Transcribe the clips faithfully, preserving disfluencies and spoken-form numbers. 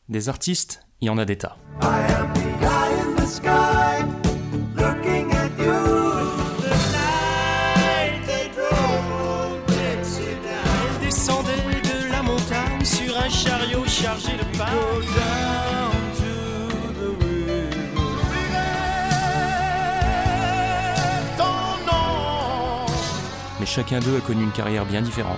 Des artistes, il y en a des tas. I am the eye in the sky, looking at you. The night they drove Dixie down. Elle descendait de la montagne sur un chariot chargé de pain. Go down to the river. Ton nom. Mais chacun d'eux a connu une carrière bien différente.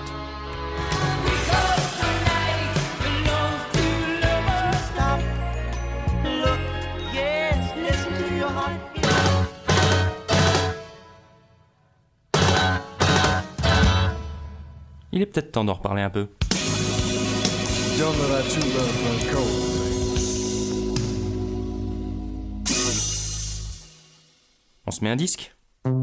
Il est peut-être temps d'en reparler un peu. Don't let that too love go. On se met un disque ?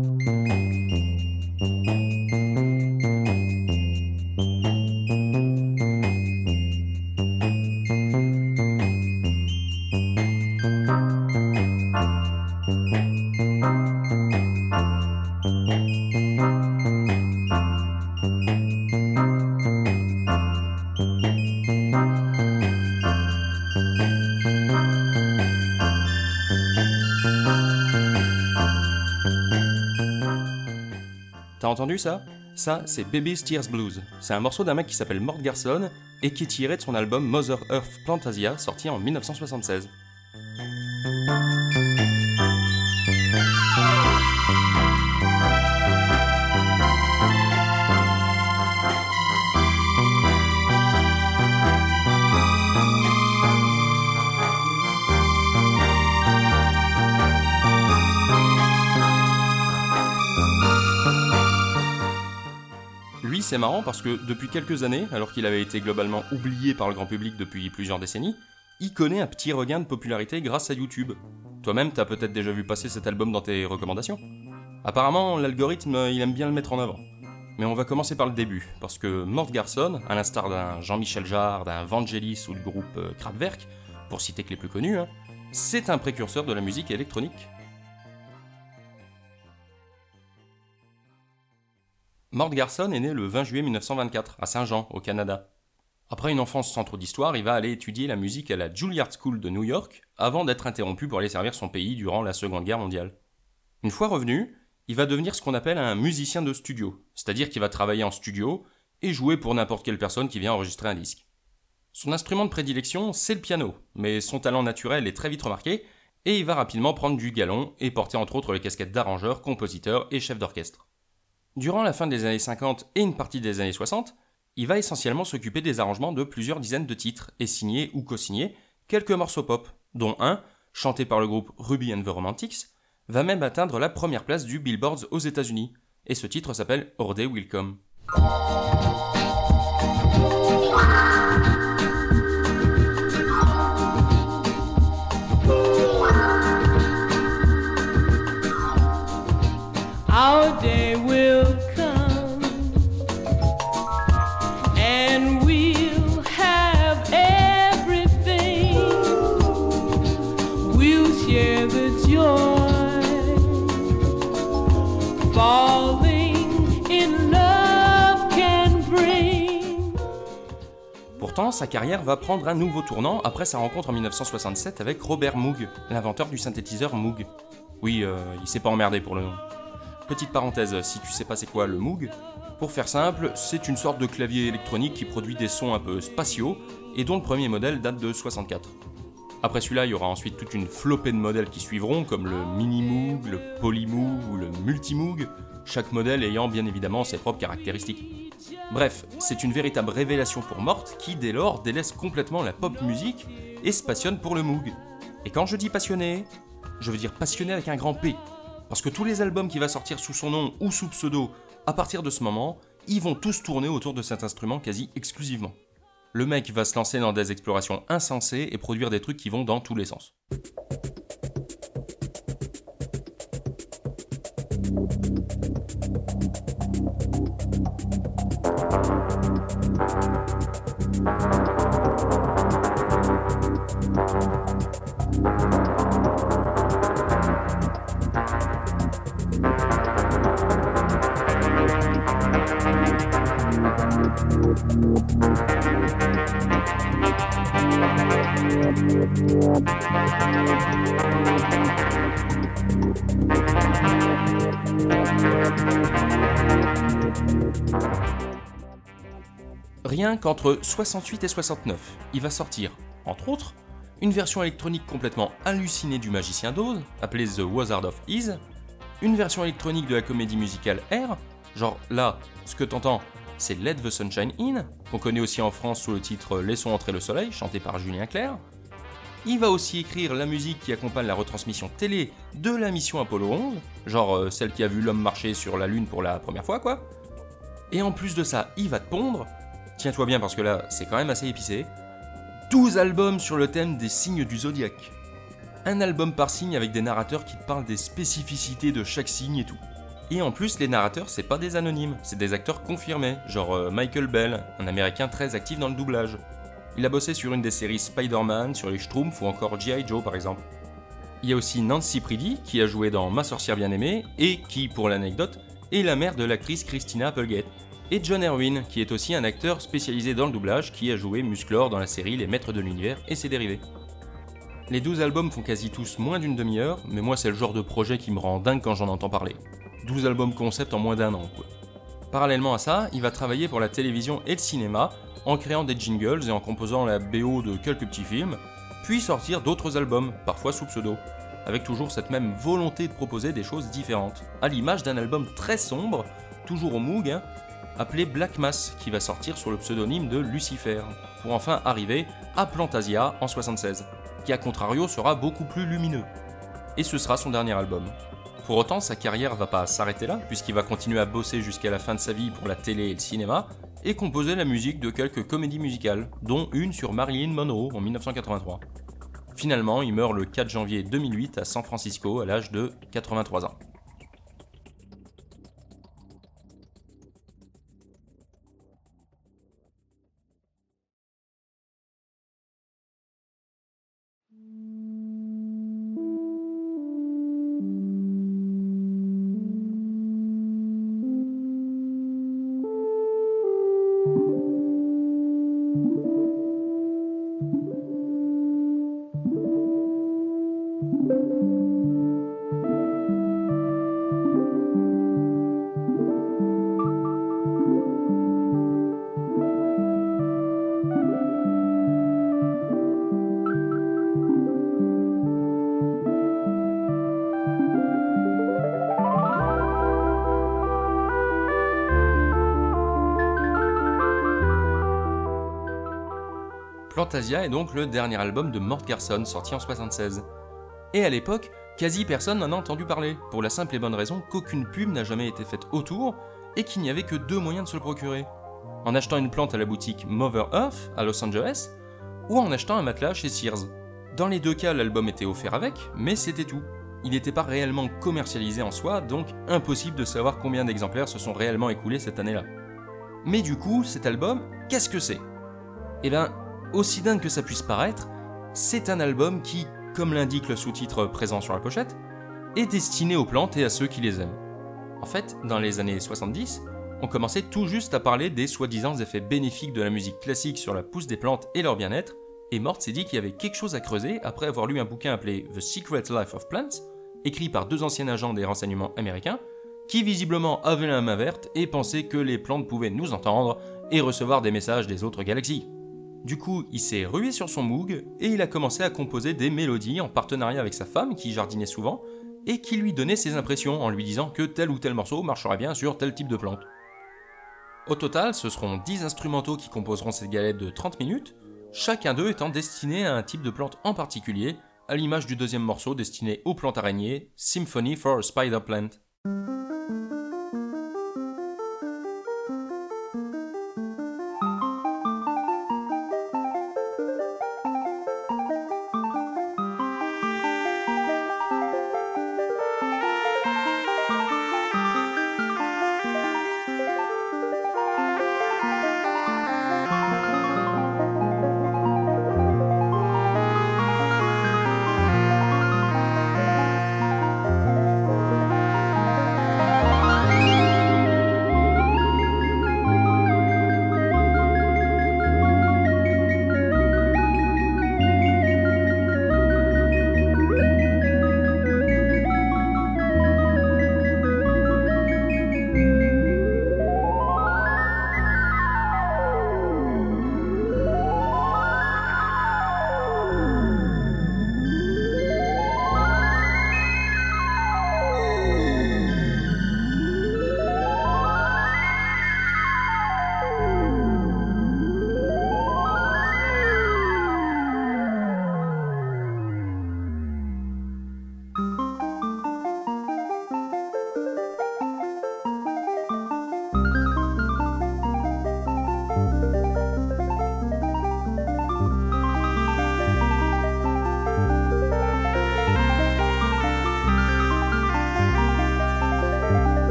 T'as entendu ça ? Ça, c'est Baby's Tears Blues. C'est un morceau d'un mec qui s'appelle Mort Garson et qui est tiré de son album Mother Earth Plantasia, sorti en dix-neuf cent soixante-seize. Lui, c'est marrant parce que depuis quelques années, alors qu'il avait été globalement oublié par le grand public depuis plusieurs décennies, il connaît un petit regain de popularité grâce à YouTube. Toi-même, t'as peut-être déjà vu passer cet album dans tes recommandations. Apparemment, l'algorithme, il aime bien le mettre en avant. Mais on va commencer par le début, parce que Mort Garson, à l'instar d'un Jean-Michel Jarre, d'un Vangelis ou du groupe euh, Kraftwerk, pour citer que les plus connus, hein, c'est un précurseur de la musique électronique. Mort Garson est né le vingt juillet mille neuf cent vingt-quatre, à Saint-Jean, au Canada. Après une enfance sans trop d'histoire, il va aller étudier la musique à la Juilliard School de New York, avant d'être interrompu pour aller servir son pays durant la Seconde Guerre mondiale. Une fois revenu, il va devenir ce qu'on appelle un musicien de studio, c'est-à-dire qu'il va travailler en studio et jouer pour n'importe quelle personne qui vient enregistrer un disque. Son instrument de prédilection, c'est le piano, mais son talent naturel est très vite remarqué, et il va rapidement prendre du galon et porter entre autres les casquettes d'arrangeur, compositeur et chef d'orchestre. Durant la fin des années cinquante et une partie des années soixante, il va essentiellement s'occuper des arrangements de plusieurs dizaines de titres et signer ou co-signer quelques morceaux pop, dont un, chanté par le groupe Ruby and the Romantics, va même atteindre la première place du Billboard aux États-Unis, et ce titre s'appelle Our Day Will Come. Our day will come and we'll have everything. We'll share the joy, falling in love can bring. Pourtant, sa carrière va prendre un nouveau tournant après sa rencontre en dix-neuf cent soixante-sept avec Robert Moog, l'inventeur du synthétiseur Moog. Oui, euh, il s'est pas emmerdé pour le nom. Petite parenthèse, si tu sais pas c'est quoi le Moog, pour faire simple, c'est une sorte de clavier électronique qui produit des sons un peu spatiaux et dont le premier modèle date de soixante-quatre. Après celui-là, il y aura ensuite toute une flopée de modèles qui suivront, comme le Mini Moog, le Poly Moog ou le Multi Moog, chaque modèle ayant bien évidemment ses propres caractéristiques. Bref, c'est une véritable révélation pour Mort qui dès lors délaisse complètement la pop musique et se passionne pour le Moog. Et quand je dis passionné, je veux dire passionné avec un grand P. Parce que tous les albums qui va sortir sous son nom ou sous pseudo, à partir de ce moment, ils vont tous tourner autour de cet instrument quasi exclusivement. Le mec va se lancer dans des explorations insensées et produire des trucs qui vont dans tous les sens. Rien qu'entre soixante-huit et soixante-neuf, il va sortir, entre autres, une version électronique complètement hallucinée du Magicien d'Oz, appelée The Wizard of Oz, une version électronique de la comédie musicale Air, genre là, ce que t'entends, c'est Let the Sunshine In, qu'on connaît aussi en France sous le titre Laissons entrer le soleil, chanté par Julien Clerc. Il va aussi écrire la musique qui accompagne la retransmission télé de la mission Apollo onze, genre euh, celle qui a vu l'homme marcher sur la Lune pour la première fois, quoi. Et en plus de ça, il va te pondre, tiens-toi bien parce que là, c'est quand même assez épicé, douze albums sur le thème des signes du zodiaque. Un album par signe avec des narrateurs qui te parlent des spécificités de chaque signe et tout. Et en plus, les narrateurs, c'est pas des anonymes, c'est des acteurs confirmés, genre euh, Michael Bell, un américain très actif dans le doublage. Il a bossé sur une des séries Spider-Man, sur les Schtroumpfs ou encore G I Joe par exemple. Il y a aussi Nancy Preedy, qui a joué dans Ma sorcière bien-aimée, et qui, pour l'anecdote, est la mère de l'actrice Christina Applegate. Et John Erwin, qui est aussi un acteur spécialisé dans le doublage, qui a joué Musclor dans la série Les Maîtres de l'Univers et ses dérivés. Les douze albums font quasi tous moins d'une demi-heure, mais moi c'est le genre de projet qui me rend dingue quand j'en entends parler. douze albums concept en moins d'un an, quoi. Parallèlement à ça, il va travailler pour la télévision et le cinéma, en créant des jingles et en composant la B O de quelques petits films, puis sortir d'autres albums, parfois sous pseudo, avec toujours cette même volonté de proposer des choses différentes, à l'image d'un album très sombre, toujours au Moog, hein, appelé Black Mass, qui va sortir sous le pseudonyme de Lucifer, pour enfin arriver à Plantasia en soixante-seize, qui à contrario sera beaucoup plus lumineux. Et ce sera son dernier album. Pour autant, sa carrière va pas s'arrêter là, puisqu'il va continuer à bosser jusqu'à la fin de sa vie pour la télé et le cinéma, et composer la musique de quelques comédies musicales, dont une sur Marilyn Monroe en dix-neuf cent quatre-vingt-trois. Finalement, il meurt le quatre janvier deux mille huit à San Francisco à l'âge de quatre-vingt-trois ans. Plantasia est donc le dernier album de Mort Garson, sorti en soixante-seize. Et à l'époque, quasi personne n'en a entendu parler, pour la simple et bonne raison qu'aucune pub n'a jamais été faite autour, et qu'il n'y avait que deux moyens de se le procurer. En achetant une plante à la boutique Mother Earth, à Los Angeles, ou en achetant un matelas chez Sears. Dans les deux cas, l'album était offert avec, mais c'était tout. Il n'était pas réellement commercialisé en soi, donc impossible de savoir combien d'exemplaires se sont réellement écoulés cette année-là. Mais du coup, cet album, qu'est-ce que c'est ? Eh ben, aussi dingue que ça puisse paraître, c'est un album qui, comme l'indique le sous-titre présent sur la pochette, est destiné aux plantes et à ceux qui les aiment. En fait, dans les années soixante-dix, on commençait tout juste à parler des soi-disant effets bénéfiques de la musique classique sur la pousse des plantes et leur bien-être, et Mort s'est dit qu'il y avait quelque chose à creuser après avoir lu un bouquin appelé The Secret Life of Plants, écrit par deux anciens agents des renseignements américains, qui visiblement avaient la main verte et pensaient que les plantes pouvaient nous entendre et recevoir des messages des autres galaxies. Du coup, il s'est rué sur son Moog et il a commencé à composer des mélodies en partenariat avec sa femme qui jardinait souvent et qui lui donnait ses impressions en lui disant que tel ou tel morceau marcherait bien sur tel type de plante. Au total, ce seront dix instrumentaux qui composeront cette galette de trente minutes, chacun d'eux étant destiné à un type de plante en particulier, à l'image du deuxième morceau destiné aux plantes araignées, Symphony for a Spider Plant.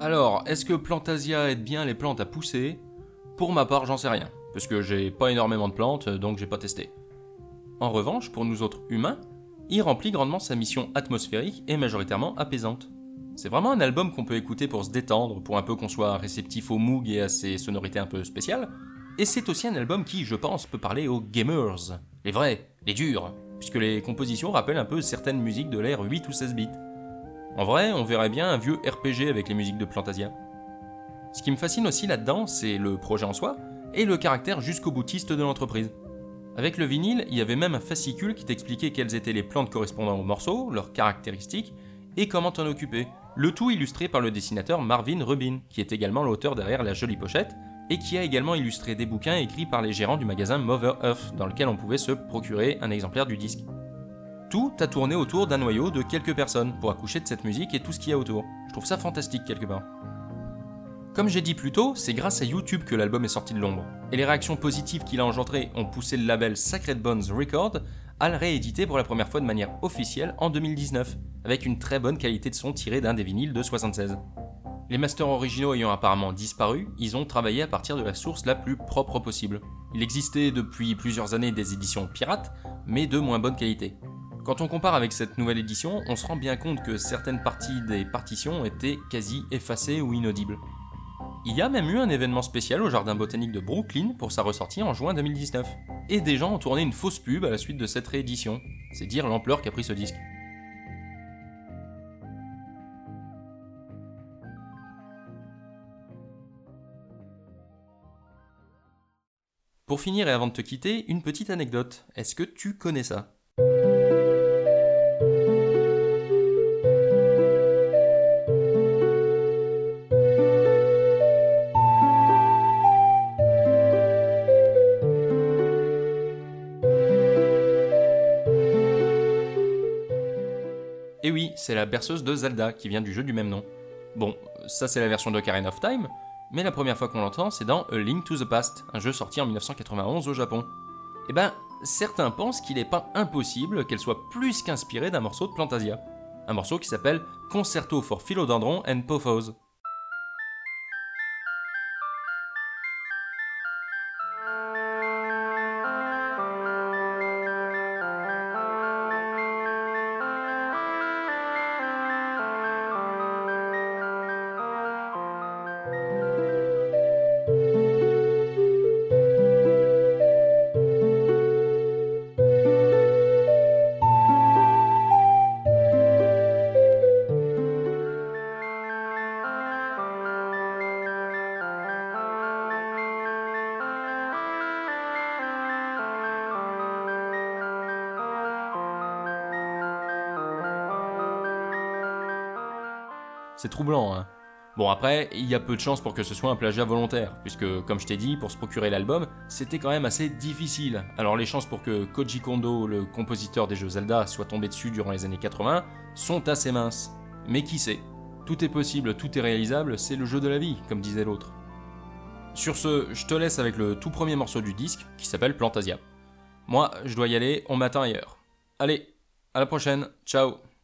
Alors, est-ce que Plantasia aide bien les plantes à pousser ? Pour ma part, j'en sais rien, parce que j'ai pas énormément de plantes, donc j'ai pas testé. En revanche, pour nous autres humains, il remplit grandement sa mission atmosphérique et majoritairement apaisante. C'est vraiment un album qu'on peut écouter pour se détendre, pour un peu qu'on soit réceptif au Moog et à ses sonorités un peu spéciales, et c'est aussi un album qui, je pense, peut parler aux gamers, les vrais, les durs, puisque les compositions rappellent un peu certaines musiques de l'ère huit ou seize bits. En vrai, on verrait bien un vieux R P G avec les musiques de Plantasia. Ce qui me fascine aussi là-dedans, c'est le projet en soi, et le caractère jusqu'au boutiste de l'entreprise. Avec le vinyle, il y avait même un fascicule qui t'expliquait quelles étaient les plantes correspondant aux morceaux, leurs caractéristiques, et comment t'en occuper. Le tout illustré par le dessinateur Marvin Rubin, qui est également l'auteur derrière la jolie pochette, et qui a également illustré des bouquins écrits par les gérants du magasin Mother Earth, dans lequel on pouvait se procurer un exemplaire du disque. Tout a tourné autour d'un noyau de quelques personnes pour accoucher de cette musique et tout ce qu'il y a autour. Je trouve ça fantastique quelque part. Comme j'ai dit plus tôt, c'est grâce à YouTube que l'album est sorti de l'ombre, et les réactions positives qu'il a engendrées ont poussé le label Sacred Bones Records à le rééditer pour la première fois de manière officielle en deux mille dix-neuf, avec une très bonne qualité de son tirée d'un des vinyles de soixante-seize. Les masters originaux ayant apparemment disparu, ils ont travaillé à partir de la source la plus propre possible. Il existait depuis plusieurs années des éditions pirates, mais de moins bonne qualité. Quand on compare avec cette nouvelle édition, on se rend bien compte que certaines parties des partitions étaient quasi effacées ou inaudibles. Il y a même eu un événement spécial au Jardin Botanique de Brooklyn pour sa ressortie en juin deux mille dix-neuf. Et des gens ont tourné une fausse pub à la suite de cette réédition. C'est dire l'ampleur qu'a pris ce disque. Pour finir et avant de te quitter, une petite anecdote. Est-ce que tu connais ça ? Et oui, c'est la berceuse de Zelda qui vient du jeu du même nom. Bon, ça c'est la version d'Ocarina of Time, mais la première fois qu'on l'entend c'est dans A Link to the Past, un jeu sorti en dix-neuf cent quatre-vingt-onze au Japon. Et ben, certains pensent qu'il n'est pas impossible qu'elle soit plus qu'inspirée d'un morceau de Plantasia. Un morceau qui s'appelle Concerto for Philodendron and Pothos. C'est troublant, hein. Bon après, il y a peu de chances pour que ce soit un plagiat volontaire, puisque comme je t'ai dit, pour se procurer l'album, c'était quand même assez difficile. Alors les chances pour que Koji Kondo, le compositeur des jeux Zelda, soit tombé dessus durant les années quatre-vingts, sont assez minces. Mais qui sait ? Tout est possible, tout est réalisable, c'est le jeu de la vie, comme disait l'autre. Sur ce, je te laisse avec le tout premier morceau du disque, qui s'appelle Plantasia. Moi, je dois y aller, on m'attend ailleurs. Allez, à la prochaine, ciao.